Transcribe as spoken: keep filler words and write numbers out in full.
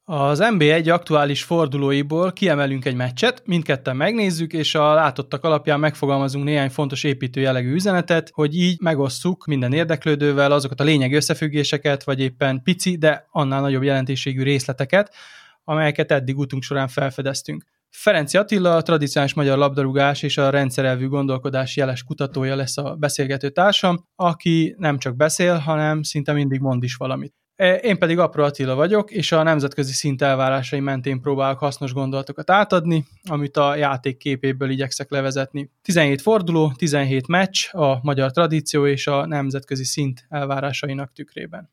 Az en bé egy aktuális fordulóiból kiemelünk egy meccset, mindketten megnézzük, és a látottak alapján megfogalmazunk néhány fontos építő jellegű üzenetet, hogy így megosszuk minden érdeklődővel azokat a lényegi összefüggéseket, vagy éppen pici, de annál nagyobb jelentőségű részleteket, amelyeket eddig utunk során felfedeztünk. Ferenczy Attila, a tradicionális magyar labdarúgás és a rendszerelvű gondolkodás jeles kutatója lesz a beszélgető társam, aki nem csak beszél, hanem szinte mindig mond is valamit. Én pedig Apró Attila vagyok, és a nemzetközi szint elvárásai mentén próbálok hasznos gondolatokat átadni, amit a játék képéből igyekszek levezetni. tizenhét forduló, tizenhét meccs a magyar tradíció és a nemzetközi szint elvárásainak tükrében.